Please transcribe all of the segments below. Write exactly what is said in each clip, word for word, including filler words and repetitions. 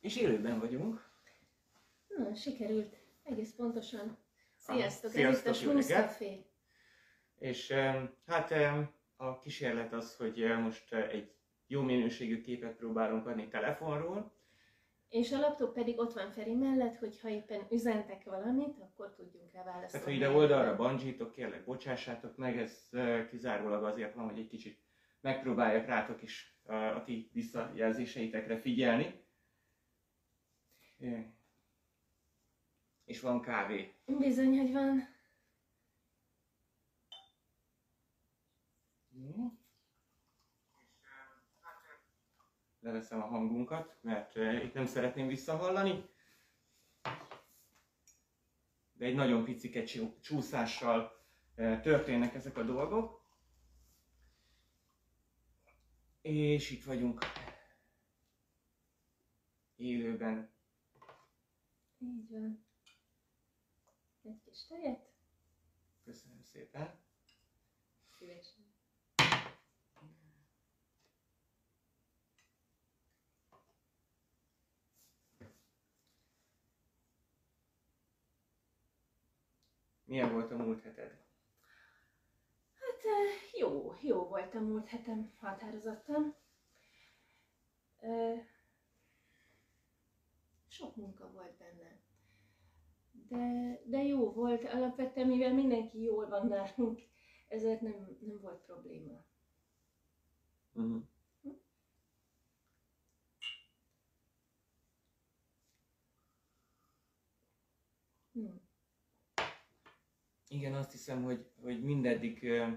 És élőben vagyunk. Na, sikerült. Egész pontosan. Sziasztok, Ah, sziasztok, ez itt a jó Snooze reggelt. Café. És hát a kísérlet az, hogy most egy jó minőségű képet próbálunk adni telefonról. És a laptop pedig ott van Feri mellett, hogyha éppen üzentek valamit, akkor tudjunk rá válaszolni. Tehát, ha ide oldalra bungee-tok, kérlek, bocsássátok meg, ez kizárólag azért van, hogy egy kicsit megpróbáljak rátok is a ti visszajelzéseitekre figyelni. És van kávé. Bizony, hogy van. Jó. Leveszem a hangunkat, mert itt nem szeretném visszahallani. De egy nagyon picike csúszással történnek ezek a dolgok. És itt vagyunk élőben. Így van. Egy kis tejet. Köszönöm szépen. Szívesen. Milyen volt a múlt heted? Hát jó, jó volt a múlt hetem határozottan. Sok munka volt benne. De, de jó volt, alapvetően mivel mindenki jól van nálunk, ezért nem, nem volt probléma. Uh-huh. Hm? Hm. Igen, azt hiszem, hogy, hogy mindeddig uh,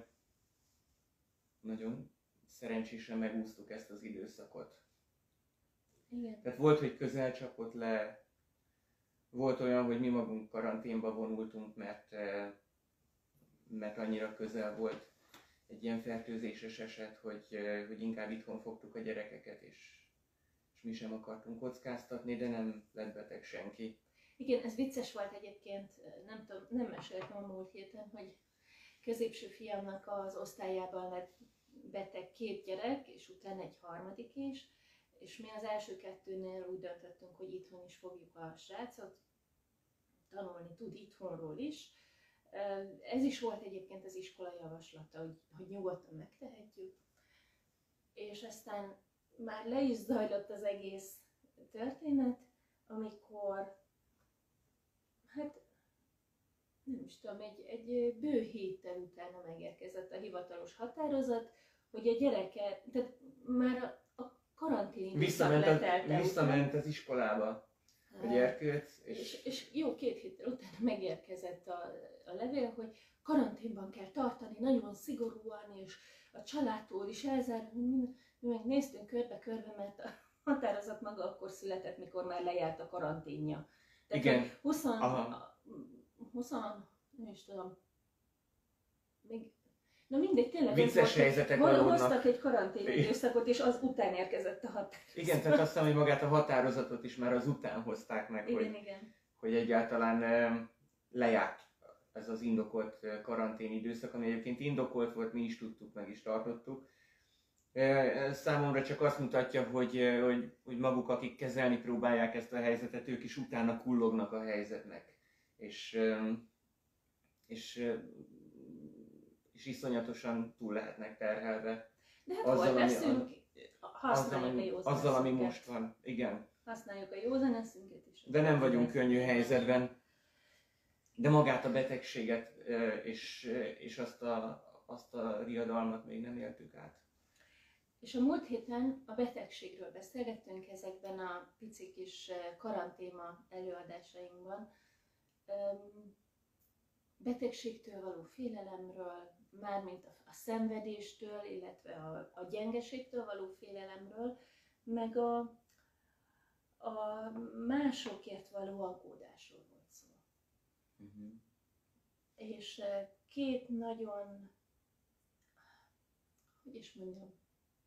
nagyon szerencsésen megúsztuk ezt az időszakot. Igen. Tehát volt, hogy közel csapott le, volt olyan, hogy mi magunk karanténba vonultunk, mert, uh, mert annyira közel volt egy ilyen fertőzéses eset, hogy, uh, hogy inkább itthon fogtuk a gyerekeket, és, és mi sem akartunk kockáztatni, de nem lett beteg senki. Igen, ez vicces volt egyébként, nem tudom, nem meséltem a múlt héten, hogy középső fiamnak az osztályában lett beteg két gyerek, és utána egy harmadik is, és mi az első kettőnél úgy döntöttünk, hogy itthon is fogjuk a srácot, tanulni tud itthonról is. Ez is volt egyébként az iskola javaslata, hogy, hogy nyugodtan megtehetjük, és aztán már le is zajlott az egész történet, amikor hát nem is tudom, egy, egy bő héttel utána megérkezett a hivatalos határozat, hogy a gyereke, tehát már a, a karantén időszak letelte. Visszament az iskolába a gyerkőc. És... És, és jó két héttel utána megérkezett a, a levél, hogy karanténban kell tartani, nagyon szigorúan, és a családtól is elzárni. Mi meg néztünk körbe-körbe, mert a határozat maga akkor született, mikor már lejárt a karanténja. Tehát igen. húsz, húsz, nem is tudom, még, na mindegy, tényleg vicces helyzetek valódnak. Hoztak egy karantén időszakot, és az után érkezett a határozat. Igen, tehát azt hiszem, hogy magát a határozatot is már az után hozták meg, igen, hogy, igen. hogy egyáltalán lejárt ez az indokolt karantén időszak, ami egyébként indokolt volt, mi is tudtuk, meg is tartottuk. Számomra csak azt mutatja, hogy, hogy, hogy maguk, akik kezelni próbálják ezt a helyzetet, ők is utána kullognak a helyzetnek. És, és, és iszonyatosan túl lehetnek terhelve. De hát azzal, hol veszünk, használjuk azzal, a józan azzal, ami most van. Igen. Használjuk a józan eszünket is. De nem vagyunk könnyű helyzetben. De magát a betegséget és, és azt, a, azt a riadalmat még nem éltük át. És a múlt héten a betegségről beszélgettünk ezekben a pici kis karantéma előadásainkban. Betegségtől való félelemről, mármint a szenvedéstől, illetve a, a gyengeségtől való félelemről, meg a, a másokért való aggódásról volt szó. Uh-huh. És két nagyon, hogy is mondjam,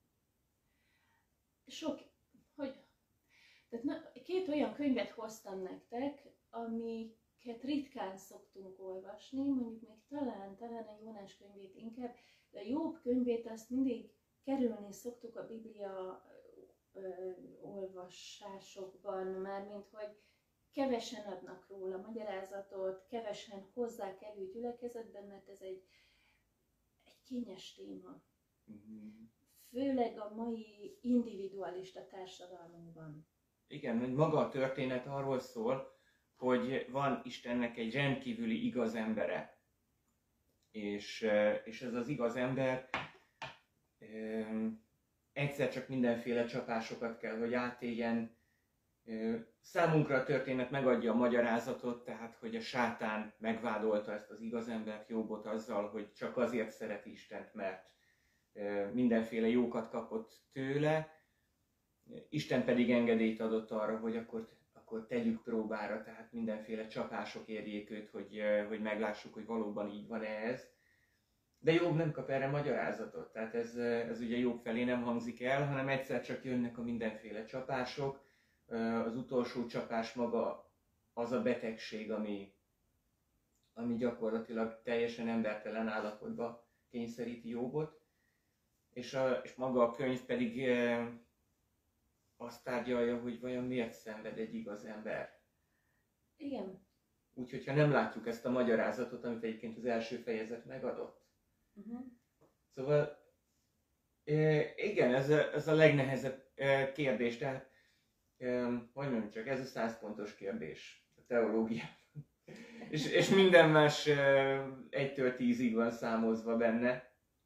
sok, hogy, tehát na, két olyan könyvet hoztam nektek, amiket ritkán szoktunk olvasni, mondjuk még talán, talán a Jónás könyvét inkább, de a Jobb könyvét azt mindig kerülni szoktuk a Biblia ö, olvasásokban, mármint hogy kevesen adnak róla magyarázatot, kevesen hozzák elő gyülekezetben, mert ez egy, egy kényes téma. Uh-huh. Főleg a mai individualista társadalmunkban. Igen, hogy maga a történet arról szól, hogy van Istennek egy rendkívüli igaz embere. És, és ez az igaz ember um, egyszer csak mindenféle csapásokat kell, hogy átéljen. Számunkra a történet megadja a magyarázatot, tehát hogy a sátán megvádolta ezt az igaz embert, Jobbot azzal, hogy csak azért szereti Istent, mert mindenféle jókat kapott tőle. Isten pedig engedélyt adott arra, hogy akkor, akkor tegyük próbára, tehát mindenféle csapások érjék őt, hogy, hogy meglássuk, hogy valóban így van-e ez. De Jobb nem kap erre magyarázatot, tehát ez, ez ugye Jobb felé nem hangzik el, hanem egyszer csak jönnek a mindenféle csapások. Az utolsó csapás maga az a betegség, ami, ami gyakorlatilag teljesen embertelen állapotba kényszeríti Jobbot. És, a, és maga a könyv pedig e, azt tárgyalja, hogy vajon miért szenved egy igaz ember. Igen. Úgyhogy ha nem látjuk ezt a magyarázatot, amit egyébként az első fejezet megadott. Uh-huh. Szóval e, igen, ez a, ez a legnehezebb e, kérdés. Tehát, e, hogy mondjam csak, ez a száz pontos kérdés a teológiában. és, és minden más e, egytől tízig van számozva benne.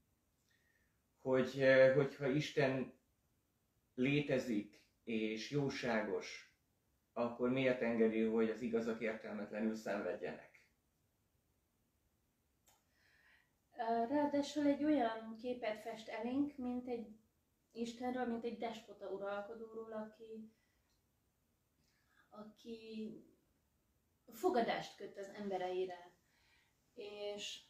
Hogy, hogyha Isten létezik és jóságos, akkor miért engedi, hogy az igazak értelmetlenül szenvedjenek? Ráadásul egy olyan képet fest elénk, mint egy Istenről, mint egy despota uralkodóról, aki, aki fogadást köt az embereire, és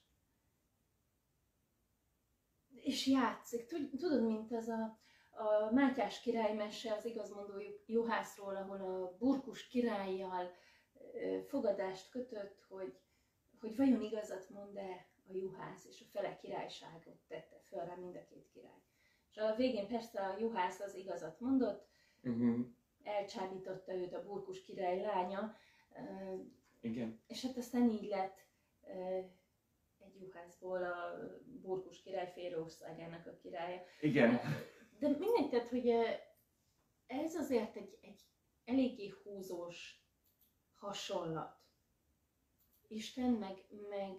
és játszik. Tudod, mint az a, a Mátyás király mese az igazmondó juhászról, ahol a burkus királlyal fogadást kötött, hogy, hogy vajon igazat mond-e a juhász, és a fele királyságot tette föl rá mind a két király. És a végén persze a juhász az igazat mondott, uh-huh. elcsábította őt a burkus király lánya, igen. És hát aztán így lett egy juhászból a burkus király félországának a királya. Igen. De mindegy, tehát, hogy ez azért egy, egy eléggé húzós hasonlat. Isten meg, meg,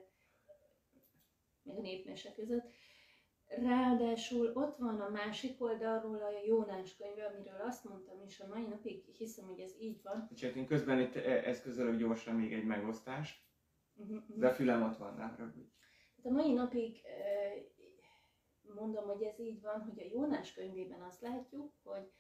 meg a népmese között. Ráadásul ott van a másik oldalról a Jónás könyve, amiről azt mondtam, és a mai napig hiszem, hogy ez így van. Úgyhogy én közben itt eszközölök gyorsan még egy megosztást. Uh-huh. De a fülem ott van, nem rögtön. A mai napig mondom, hogy ez így van, hogy a Jónás könyvében azt látjuk, hogy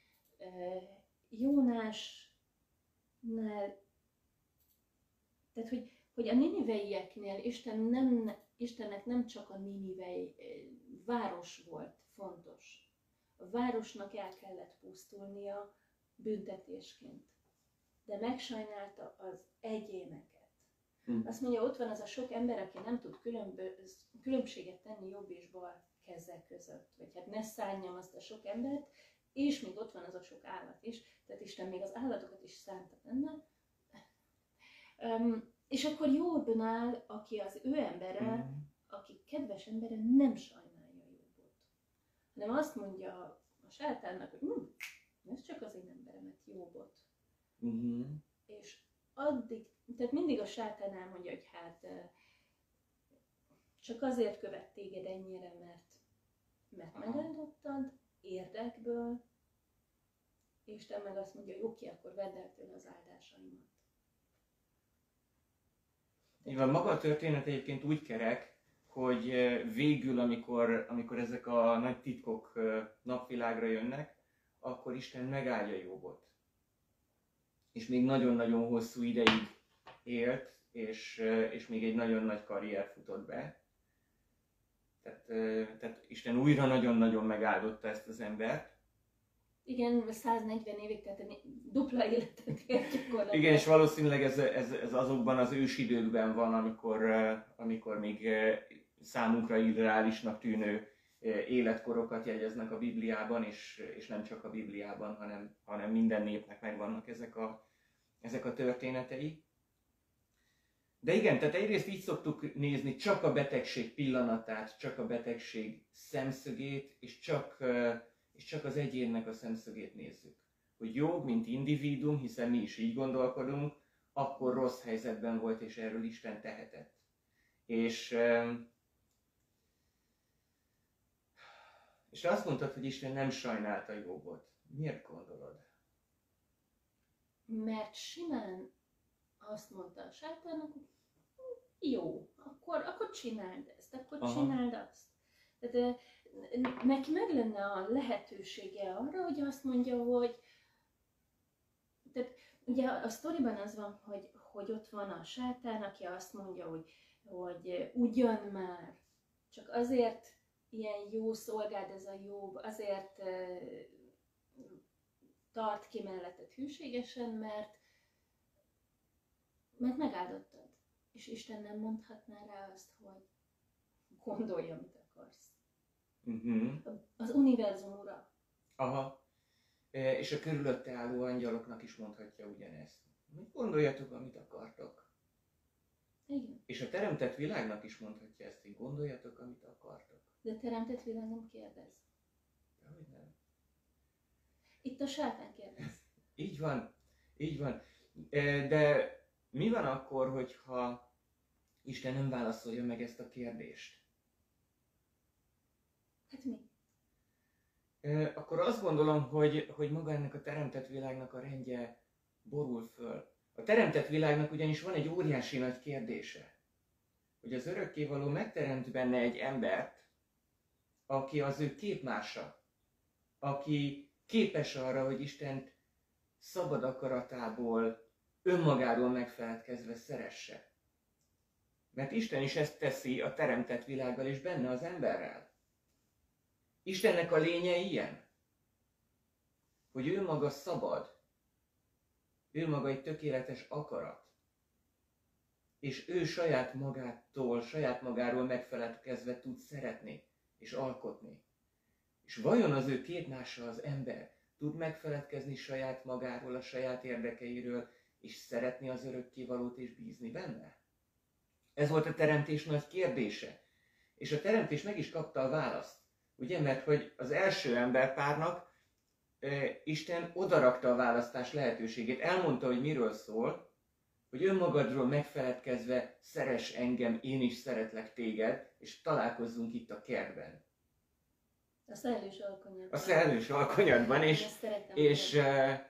Jónásnál, tehát hogy, hogy a niniveieknél Isten nem, Istennek nem csak a ninivei város volt fontos. A városnak el kellett pusztulnia büntetésként, de megsajnálta az egyéneket. Hmm. Azt mondja, ott van az a sok ember, aki nem tud különböz, különbséget tenni jobb és bal kezek között. Vagy hát ne szánjam azt a sok embert, és még ott van az a sok állat is. Tehát Isten még az állatokat is szánta benne. Um, és akkor Jobbnál, aki az ő embere, hmm. aki kedves embere, nem sajnálja Jobbot. Hanem azt mondja a sátánnak, hogy hm, ez csak az én emberemet, Jobbot. Hmm. És addig, tehát mindig a sátán elmondja, hogy hát csak azért követ téged ennyire, mert, mert megáldottad érdekből, és te meg azt mondja, hogy oké, akkor vedd el tőle az áldásaimat. Nyilván maga a történet egyébként úgy kerek, hogy végül, amikor, amikor ezek a nagy titkok napvilágra jönnek, akkor Isten megáldja Jobbot. És még nagyon-nagyon hosszú ideig élt, és, és még egy nagyon nagy karrier futott be. Tehát, tehát Isten újra nagyon-nagyon megáldotta ezt az embert. Igen, száznegyven évig, tehát dupla életet élt gyakorlatilag. Igen, és valószínűleg ez, ez, ez azokban az ősidőkben van, amikor, amikor még számunkra irreálisnak tűnő életkorokat jegyeznek a Bibliában, és, és nem csak a Bibliában, hanem, hanem minden népnek megvannak ezek a, ezek a történetei. De igen, tehát egyrészt így szoktuk nézni csak a betegség pillanatát, csak a betegség szemszögét, és csak, és csak az egyénnek a szemszögét nézzük. Hogy Jobb, mint individuum, hiszen mi is így gondolkodunk, akkor rossz helyzetben volt, és erről Isten tehetett. És, és te azt mondtad, hogy Isten nem sajnálta Jobbot. Miért gondolod? Mert simán azt mondta a sátánnak, hogy jó, akkor, akkor csináld ezt, akkor Aha. csináld azt. Tehát neki meg lenne a lehetősége arra, hogy azt mondja, hogy tehát ugye a sztoriban az van, hogy, hogy ott van a sátán, aki azt mondja, hogy, hogy ugyan már, csak azért ilyen jó szolgád ez a Jobb, azért tart ki melletted hűségesen, mert, mert megáldottad. És Isten nem mondhatná rá azt, hogy gondolj, amit akarsz. Uh-huh. Az univerzum ura. Aha. E, és a körülötte álló angyaloknak is mondhatja ugyanezt. Gondoljatok, amit akartok. Igen. És a teremtett világnak is mondhatja ezt, hogy gondoljatok, amit akartok. De a teremtett világ nem kérdez. Dehogy nem. Itt a sátán kérdez. Így van, így van. De mi van akkor, hogyha Isten nem válaszolja meg ezt a kérdést? Hát mi? Akkor azt gondolom, hogy, hogy maga ennek a teremtett világnak a rendje borul föl. A teremtett világnak ugyanis van egy óriási nagy kérdése. Hogy az örökkévaló megteremt benne egy embert, aki az ő képmása, aki képes arra, hogy Istent szabad akaratából, önmagáról megfeledkezve szeresse. Mert Isten is ezt teszi a teremtett világgal és benne az emberrel. Istennek a lénye ilyen, hogy ő maga szabad, ő maga egy tökéletes akarat, és ő saját magától, saját magáról megfeledkezve tud szeretni és alkotni. És vajon az ő képmása, az ember, tud megfeledkezni saját magáról, a saját érdekeiről, és szeretni az örökkévalót és bízni benne? Ez volt a teremtés nagy kérdése. És a teremtés meg is kapta a választ. Ugye, mert hogy az első emberpárnak e, Isten odarakta a választás lehetőségét. Elmondta, hogy miről szól, hogy önmagadról megfeledkezve szeress engem, én is szeretlek téged, és találkozzunk itt a kertben. A szellős alkonyatban. A szellős alkonyatban, és, és, e,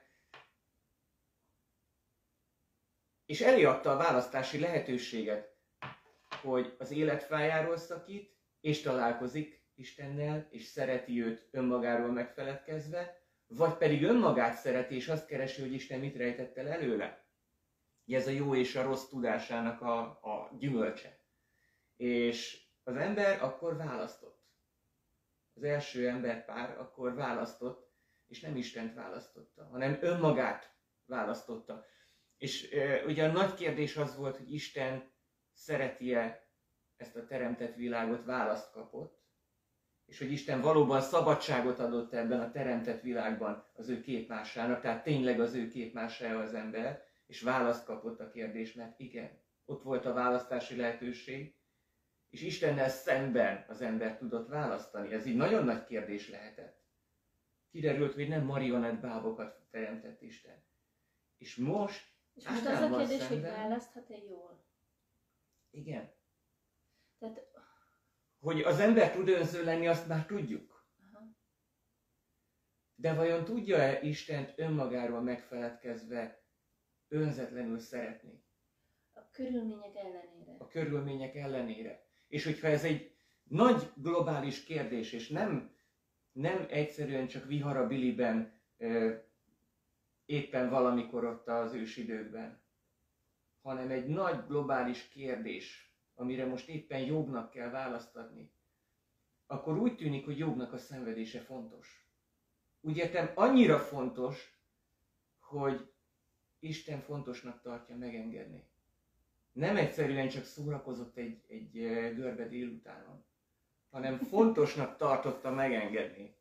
és elé adta a választási lehetőséget, hogy az életfájáról szakít, és találkozik Istennel, és szereti őt önmagáról megfeledkezve, vagy pedig önmagát szereti, és azt keresi, hogy Isten mit rejtett el előle. Ez a jó és a rossz tudásának a, a gyümölcse. És az ember akkor választott. Az első emberpár akkor választott, és nem Istent választotta, hanem önmagát választotta. És e, ugye a nagy kérdés az volt, hogy Isten szereti-e ezt a teremtett világot, választ kapott, és hogy Isten valóban szabadságot adott ebben a teremtett világban az ő képmásának, tehát tényleg az ő képmásája az ember, és választ kapott a kérdés, mert igen, ott volt a választási lehetőség, és Istennel szemben az ember tudott választani. Ez így nagyon nagy kérdés lehetett. Kiderült, hogy nem marionett bábokat teremtett Isten. És most, és most az a kérdés, szemben, hogy választhat-e jól? Igen. Tehát... Hogy az ember tud önző lenni, azt már tudjuk. Aha. De vajon tudja-e Istent önmagáról megfeledkezve önzetlenül szeretni? A körülmények ellenére. A körülmények ellenére. És hogyha ez egy nagy globális kérdés, és nem, nem egyszerűen csak viharabiliben ö, éppen valamikor ott az ősidőkben, hanem egy nagy globális kérdés, amire most éppen Jobbnak kell választ adni, akkor úgy tűnik, hogy Jobbnak a szenvedése fontos. Úgy értem, annyira fontos, hogy Isten fontosnak tartja megengedni. Nem egyszerűen csak szórakozott egy, egy görbe délutánon, hanem fontosnak tartotta megengedni.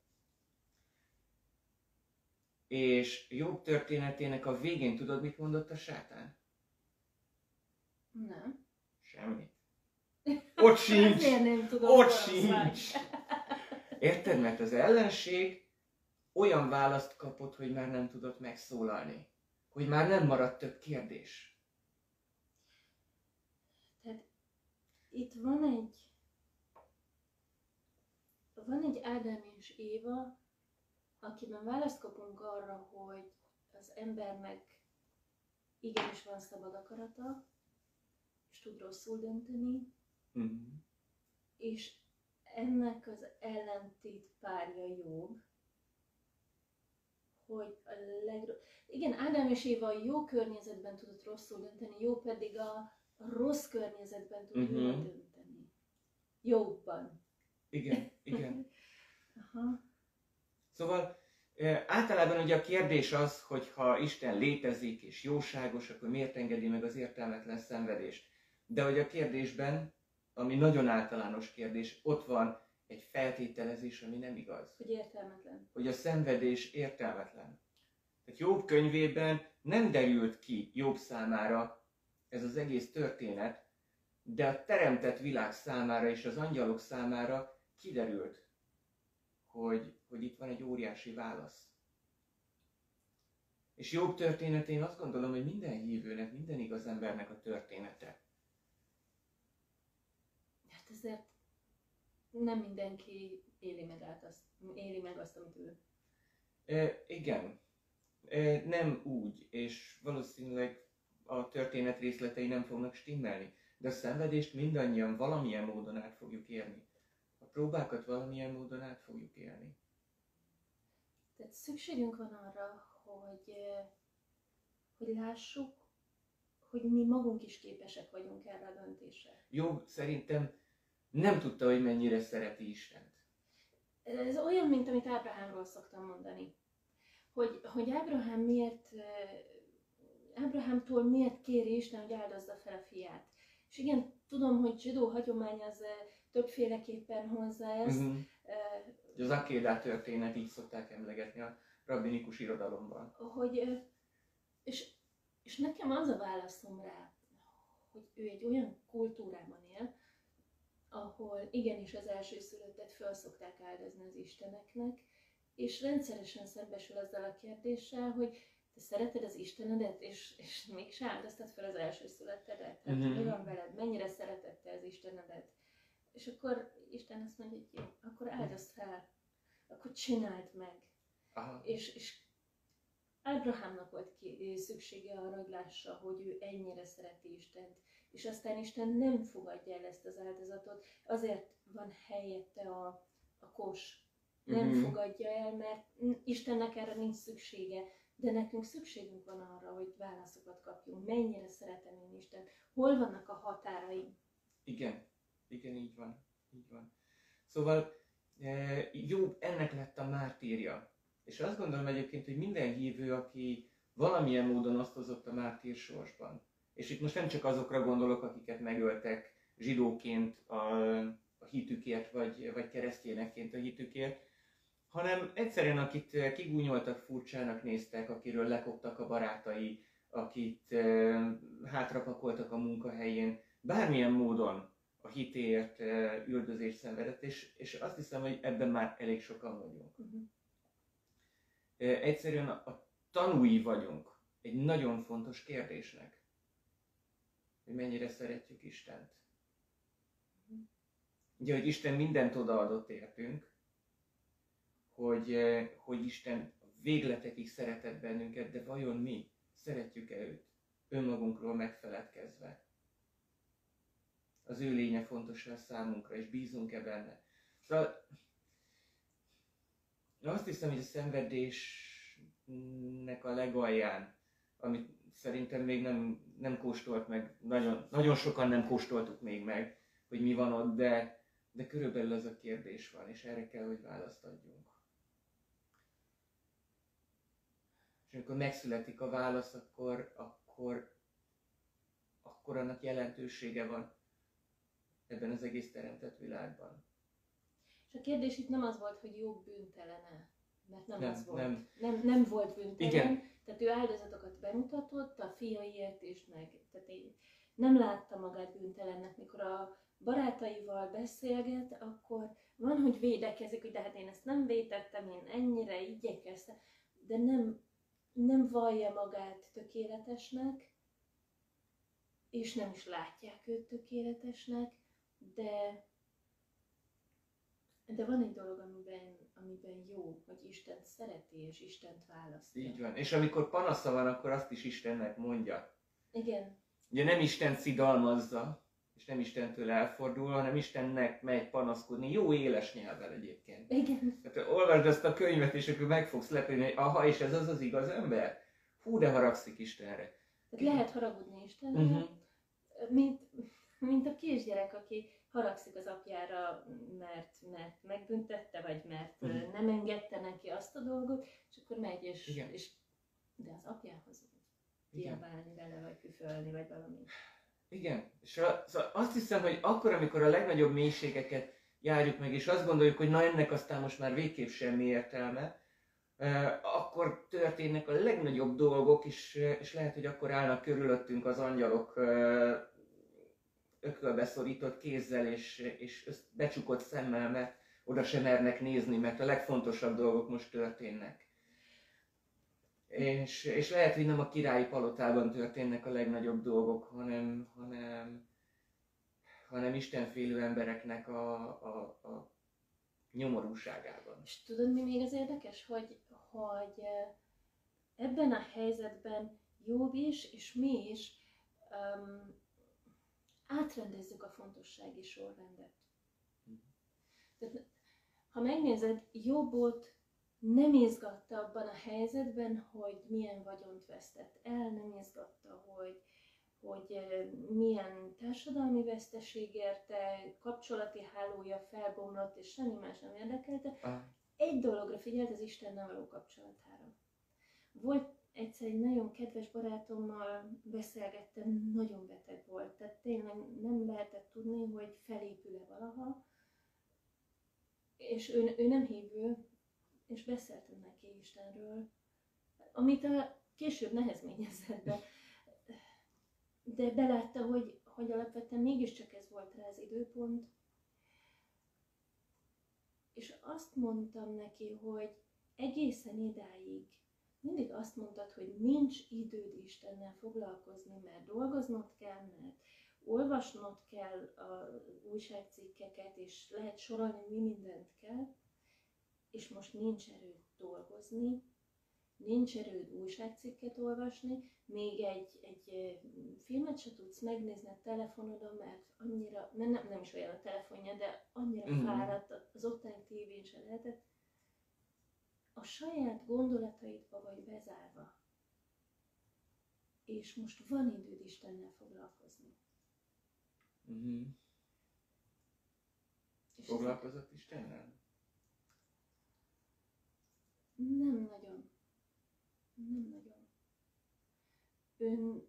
És Jobb történetének a végén tudod, mit mondott a sátán? Nem. Semmit. Ott sincs! Ezért nem tudom, Ott orosz sincs! vagy. Érted? Mert az ellenség olyan választ kapott, hogy már nem tudott megszólalni. Hogy már nem maradt több kérdés. Tehát itt van egy van egy Ádám és Éva, akiben választ kapunk arra, hogy az embernek igenis van szabad akarata, és tud rosszul dönteni, Uh-huh. és ennek az ellentét párja Jobb, hogy a legro... Igen, Ádám és Éva a jó környezetben tudott rosszul dönteni, Jobb pedig a rossz környezetben tud Mhm. jól dönteni. Jobban. Igen, igen. Aha. Szóval e, általában ugye a kérdés az, hogy ha Isten létezik és jóságos, akkor miért engedi meg az értelmetlen szenvedést. De hogy a kérdésben, ami nagyon általános kérdés, ott van egy feltételezés, ami nem igaz. Hogy értelmetlen. Hogy a szenvedés értelmetlen. Tehát Jobb könyvében nem derült ki Jobb számára ez az egész történet, de a teremtett világ számára és az angyalok számára kiderült, hogy, hogy itt van egy óriási válasz. És Jobb történetén azt gondolom, hogy minden hívőnek, minden igaz embernek a története. Hát ezért nem mindenki éli meg, át azt, éli meg azt, amit ő. E, igen, e, nem úgy, és valószínűleg a történet részletei nem fognak stimmelni, de a szenvedést mindannyian valamilyen módon át fogjuk élni. A próbákat valamilyen módon át fogjuk élni. Tehát szükségünk van arra, hogy, eh, hogy lássuk, hogy mi magunk is képesek vagyunk erre a döntésre. Jobb szerintem nem tudta, hogy mennyire szereti Istent. Ez olyan, mint amit Ábrahámról szoktam mondani. Hogy, hogy Ábrahám miért, eh, Ábrahámtól miért kéri Isten, hogy áldozza fel a fiát. És igen, tudom, hogy zsidó hagyomány az eh, többféleképpen hozza ezt. Uh-huh. eh, Az Akédá történet, így szokták emlegetni a rabbinikus irodalomban. hogy, eh, és, és nekem az a válaszom rá, hogy ő egy olyan kultúrában él, ahol igenis az elsőszülöttet föl szokták áldozni az isteneknek, és rendszeresen szembesül azzal a kérdéssel, hogy te szereted az Istenedet, és, és mégse áldoztad fel az elsőszülöttedet? Hát Mhm. mi van veled? Mennyire szereted te az Istenedet? És akkor Isten azt mondja, hogy jó, akkor áldozd fel, akkor csináld meg. Aha. És, és Ábrahámnak volt ki, szüksége arra, hogy lássa, hogy ő ennyire szereti Istent, és aztán Isten nem fogadja el ezt az áldozatot, azért van helyette a, a kos. Nem Mhm. fogadja el, mert Istennek erre nincs szüksége, de nekünk szükségünk van arra, hogy válaszokat kapjunk. Mennyire szeretem én Istent? Hol vannak a határaim? Igen, igen, így van, így van. Szóval e, Jobb ennek lett a mártírja. És azt gondolom egyébként, hogy minden hívő, aki valamilyen módon osztozott a mártír sorsban, és itt most nem csak azokra gondolok, akiket megöltek zsidóként a, a hitükért, vagy, vagy keresztényekként a hitükért, hanem egyszerűen akit kigúnyoltak, furcsának néztek, akiről lekoptak a barátai, akit e, hátrapakoltak a munkahelyén, bármilyen módon a hitéért e, üldözést szenvedett, és, és azt hiszem, hogy ebben már elég sokan vagyunk. Uh-huh. E, egyszerűen a, a tanúi vagyunk egy nagyon fontos kérdésnek, hogy mennyire szeretjük Istent. Uh-huh. Ugye, hogy Isten mindent odaadott értünk, hogy, hogy Isten végletekig szeretett bennünket, de vajon mi szeretjük-e őt önmagunkról megfeledkezve? Az ő lénye fontos a számunkra, és bízunk-e benne? Szóval azt hiszem, hogy a szenvedésnek a legalján, amit szerintem még nem, nem kóstolt meg, nagyon, nagyon sokan nem kóstoltuk még meg, hogy mi van ott, de, de körülbelül az a kérdés van, és erre kell, hogy választ adjunk. És amikor megszületik a válasz, akkor, akkor, akkor annak jelentősége van ebben az egész teremtett világban. És a kérdés itt nem az volt, hogy jobb bűntelene, mert nem, Nem, az volt. nem. Nem, nem volt bűntelen. Igen. Tehát ő áldozatokat bemutatott, a fiaiért is, meg tehát én nem látta magát bűntelennek, mikor a barátaival beszélget, akkor van, hogy védekezik, hogy de hát én ezt nem vétettem, én ennyire igyekeztem, de nem, nem vallja magát tökéletesnek, és nem is látják őt tökéletesnek, de, de van egy dolog, amiben, amiben jó, hogy Isten szereti, és Istent választja. Így van. És amikor panasza van, akkor azt is Istennek mondja. Igen. Ugye nem Isten szidalmazza, és nem Istentől elfordul, hanem Istennek megy panaszkodni, jó éles nyelvvel egyébként. Igen. Tehát olvasd azt a könyvet, és akkor meg fogsz lepődni, hogy aha, és ez az az igaz ember? Hú, de haragszik Istenre. Tehát lehet haragudni Istenre, Uh-huh. mint, mint a kisgyerek, aki haragszik az apjára, mert, mert megbüntette, vagy mert Mhm. nem engedte neki azt a dolgot, és akkor megy, és, Igen. és de az apjához Igen. kiabálni vele, vagy küfölni, vagy valami. Igen. És a, szóval azt hiszem, hogy akkor, amikor a legnagyobb mélységeket járjuk meg, és azt gondoljuk, hogy na ennek aztán most már végképp semmi értelme, eh, akkor történnek a legnagyobb dolgok, és, eh, és lehet, hogy akkor állnak körülöttünk az angyalok eh, ökölbe szorított kézzel és, és össz- becsukott szemmel, mert oda sem mernek nézni, mert a legfontosabb dolgok most történnek. És, és lehet, hogy nem a királyi palotában történnek a legnagyobb dolgok, hanem, hanem, hanem istenfélő embereknek a, a, a nyomorúságában. És tudod, mi még az érdekes? Hogy, hogy eh, ebben a helyzetben Jobb is, és mi is um, átrendezzük a fontossági sorrendet. Tehát, ha megnézed, Jobbot nem izgatta abban a helyzetben, hogy milyen vagyont vesztett el, nem izgatta, hogy, hogy eh, milyen társadalmi veszteség érte, kapcsolati hálója felbomlott, és semmi más nem érdekelte. Ah. Egy dologra figyelt, az Istennel való kapcsolatára. Volt egyszer egy nagyon kedves barátommal beszélgettem, nagyon beteg volt, tehát tényleg nem lehetett tudni, hogy felépül-e valaha, és ő, ő nem hívő, és beszéltem neki Istenről, amit a később nehezményezett, de, de belátta, hogy, hogy alapvetően mégiscsak ez volt rá az időpont, és azt mondtam neki, hogy egészen idáig mindig azt mondtad, hogy nincs időd Istennel foglalkozni, mert dolgoznod kell, mert olvasnod kell az újságcikkeket, és lehet sorolni, mi mindent kell, és most nincs erőd dolgozni, nincs erőd újságcikket olvasni, még egy, egy filmet se tudsz megnézni a telefonodon, mert annyira, mert nem, nem is olyan a telefonja, de annyira Mhm. fáradt, az ottani tévén se lehetett. A saját gondolataidba vagy bezárva, és most van időd Istennel foglalkozni. Uh-huh. És Foglalkozott Istennel? nem nagyon. Nem nagyon. Ön,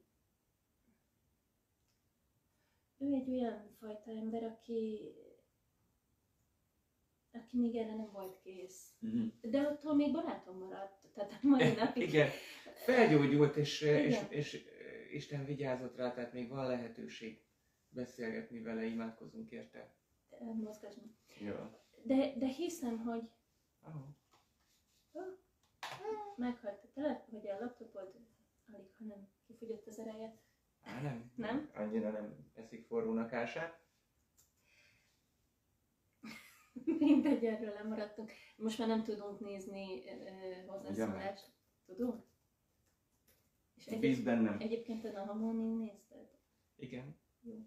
ő egy olyan fajta ember, aki, aki még erre nem volt kész. Uh-huh. De attól még barátom maradt. Tehát a mai napig. Igen, felgyógyult, és, és, Igen. és Isten vigyázott rá, tehát még van lehetőség beszélgetni vele, imádkozunk érte. Mozgasni. Jó. De, de hiszem, hogy Oh. meghalt a telep, vagy a laptopod, alig, ha nem kifogyott az ereje. Á, nem. Nem? Annyira nem eszik forrónak ását. Mindegy, erről lemaradtunk. Most már nem tudunk nézni uh, hozzászólást. Tudunk? És Bíz bennem. egyébként a Nahamonin nézted? Igen. Jó.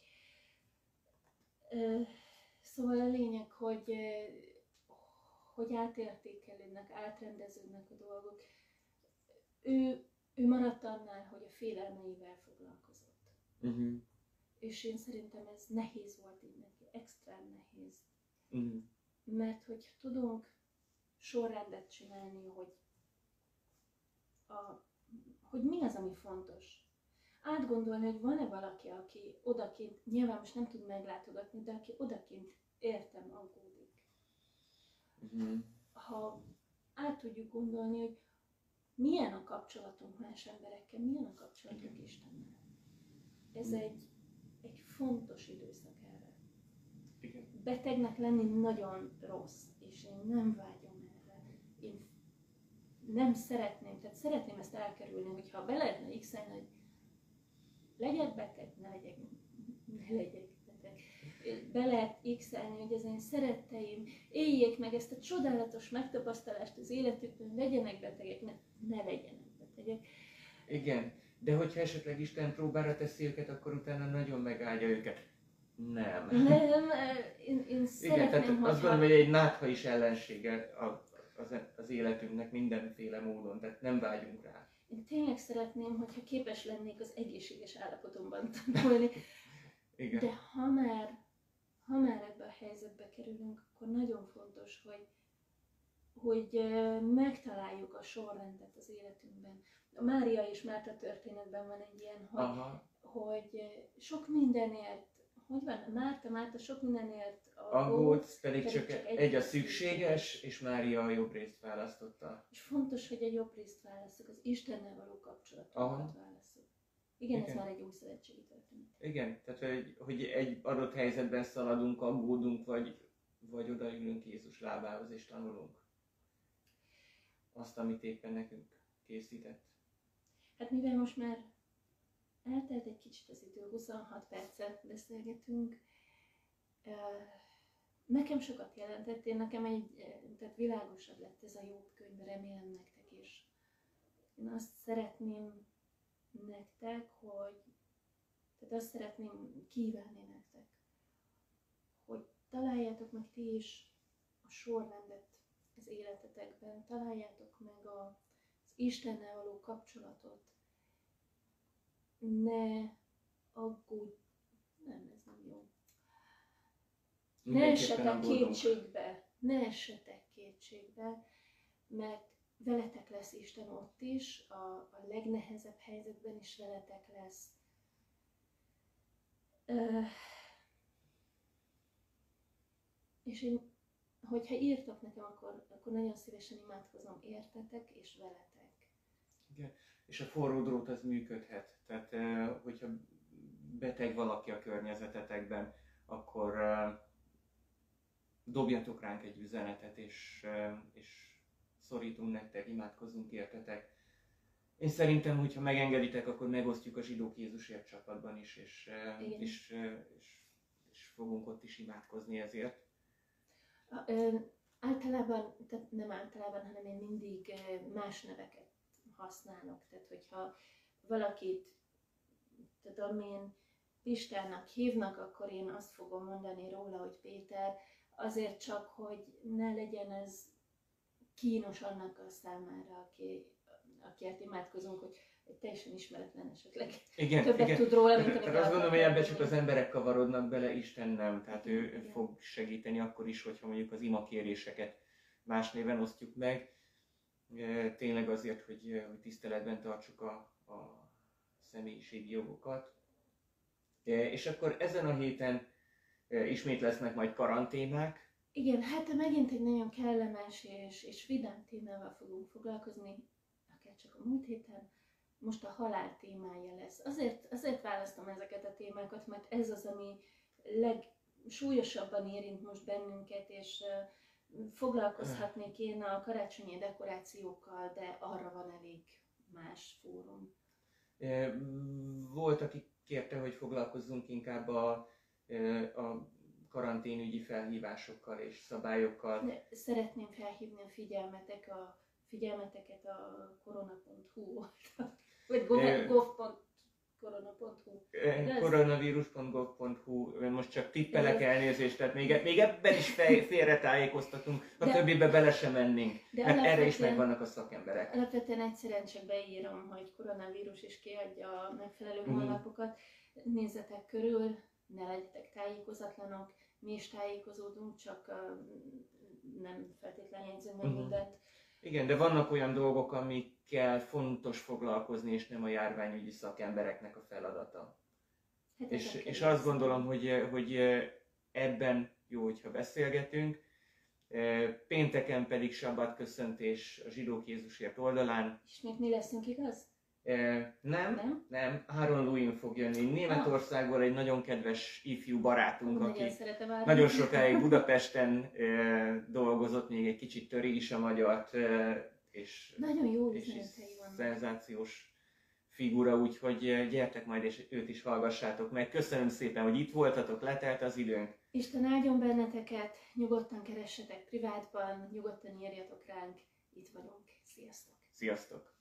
Uh, szóval a lényeg, hogy, uh, hogy átértékelődnek, átrendeződnek a dolgok. Ő, ő maradt annál, hogy a félelmeivel foglalkozott. Uh-huh. És én szerintem ez nehéz volt így neki, extrán nehéz. Uh-huh. Mert hogy tudunk sorrendet csinálni, hogy, a, hogy mi az, ami fontos. Átgondolni, hogy van-e valaki, aki odakint, nyilván most nem tud meglátogatni, de aki odakint értem aggódik. Uh-huh. Ha át tudjuk gondolni, hogy milyen a kapcsolatunk más emberekkel, milyen a kapcsolatunk Igen. Istennel. Ez egy, egy fontos időszak erre. Igen. Betegnek lenni nagyon rossz, és én nem vágyom erre. Én nem szeretném, tehát szeretném ezt elkerülni, hogyha be lehetne x-elni, hogy legyek beteg, ne legyek, ne legyek beteg. Be lehet x-elni, hogy az én szeretteim éljék meg ezt a csodálatos megtapasztalást az életükben, legyenek betegek, ne, ne legyenek betegek. Igen, de hogyha esetleg Isten próbára teszi őket, akkor utána nagyon megáldja őket. Nem. Nem, én, én szeretném, Igen, tehát hogyha... azt gondolom, hogy egy nátha is ellensége az, az életünknek mindenféle módon, tehát nem vágyunk rá. Én tényleg szeretném, hogyha képes lennék az egészséges állapotomban tanulni. Igen. De ha már, ha már ebbe a helyzetbe kerülünk, akkor nagyon fontos, hogy, hogy megtaláljuk a sorrendet az életünkben. A Mária és Márta történetben van egy ilyen, hogy, hogy sok mindenért, hogy van, Márta, Márta sok mindenért aggódsz, pedig, pedig csak, csak egy, egy a szükséges, és Mária a jobb részt választotta. És fontos, hogy a jobb részt válasszuk, az Istennel való kapcsolatunkat válasszuk. Igen, Igen, ez már egy új szövetségi történet. Igen, tehát hogy, hogy egy adott helyzetben szaladunk, aggódunk, vagy, vagy odaülünk Jézus lábához és tanulunk azt, amit éppen nekünk készített. Hát mivel most már eltelt egy kicsit az idő, huszonhat percet beszélgetünk, nekem sokat jelentett, én nekem egy, tehát világosabb lett ez a Jobb könyv, remélem nektek is. Én azt szeretném nektek, hogy, tehát azt szeretném kívánni nektek, hogy találjátok meg ti is a sorrendet az életetekben, találjátok meg a, az Istennel való kapcsolatot, ne aggódj, nem, ez nem jó. Ne essetek kétségbe, ne essetek kétségbe, mert veletek lesz Isten ott is, a, a legnehezebb helyzetben is veletek lesz. Uh, és én, hogyha írtok nekem, akkor, akkor nagyon szívesen imádkozom értetek és veletek. Igen. És a forró drót az működhet. Tehát, hogyha beteg valaki a környezetetekben, akkor dobjatok ránk egy üzenetet, és, és szorítunk nektek, imádkozzunk értetek. Én szerintem, hogyha megengeditek, akkor megosztjuk a Zsidók Jézusért csapatban is, és, és, és, és fogunk ott is imádkozni ezért. Ö, általában, tehát nem általában, hanem én mindig más neveket használok. Tehát, hogyha valakit, tudom én, Pistának hívnak, akkor én azt fogom mondani róla, hogy Péter, azért csak, hogy ne legyen ez kínos annak a számára, aki, akiért imádkozunk, hogy egy teljesen ismeretlen esetleg igen, többet igen. tud róla, mint amit amit azt gondolom, hogy ebben csak az emberek kavarodnak bele, Isten nem. Tehát ő igen. fog segíteni akkor is, hogyha mondjuk az imakéréseket más néven osztjuk meg. Tényleg azért, hogy, hogy tiszteletben tartsuk a, a személyiségi jogokat. És akkor ezen a héten ismét lesznek majd karanténák. Igen, hát megint egy nagyon kellemes és, és vidám témával fogunk foglalkozni, akár csak a múlt héten. Most a halál témája lesz. Azért, azért választom ezeket a témákat, mert ez az, ami legsúlyosabban érint most bennünket, és foglalkozhatnék én a karácsonyi dekorációkkal, de arra van elég más fórum. Volt, aki kérte, hogy foglalkozzunk inkább a, a karanténügyi felhívásokkal és szabályokkal. De szeretném felhívni a figyelmetek a figyelmeteket a korona pont hu oldalra, vagy gov pont korona pont hu. koronavírus pont gov pont hu, most csak tippelek, elnézést, tehát még, még ebben is fej, félretájékoztatunk, a de, többibe bele sem mennénk, mert erre is megvannak a szakemberek. Alapvetően egyszerűen csak beírom, hogy koronavírus is kiadja a megfelelő mm. honlapokat, nézzetek körül, ne legyetek tájékozatlanok, mi is tájékozódunk, csak uh, nem feltétlenül jegyzünk meg mm. mindent. Igen, de vannak olyan dolgok, amikkel fontos foglalkozni, és nem a járványügyi szakembereknek a feladata. Hát és, és azt gondolom, hogy, hogy ebben jó, hogyha beszélgetünk, Pénteken pedig sabbat köszöntés a Zsidók Jézusért oldalán. Ismét mi leszünk, igaz? Nem, nem, nem. Aaron Lewin fog jönni Németországból, egy nagyon kedves ifjú barátunk, Nagyon aki szeretem Aaron. nagyon sokáig Budapesten dolgozott, még egy kicsit töri is a magyart, és, nagyon jó és üzenetei vannak. Szenzációs figura, úgyhogy gyertek majd, és őt is hallgassátok meg. Köszönöm szépen, hogy itt voltatok, letelt az időnk. Isten áldjon benneteket, nyugodtan keressetek privátban, nyugodtan írjatok ránk, itt vagyunk. Sziasztok! Sziasztok!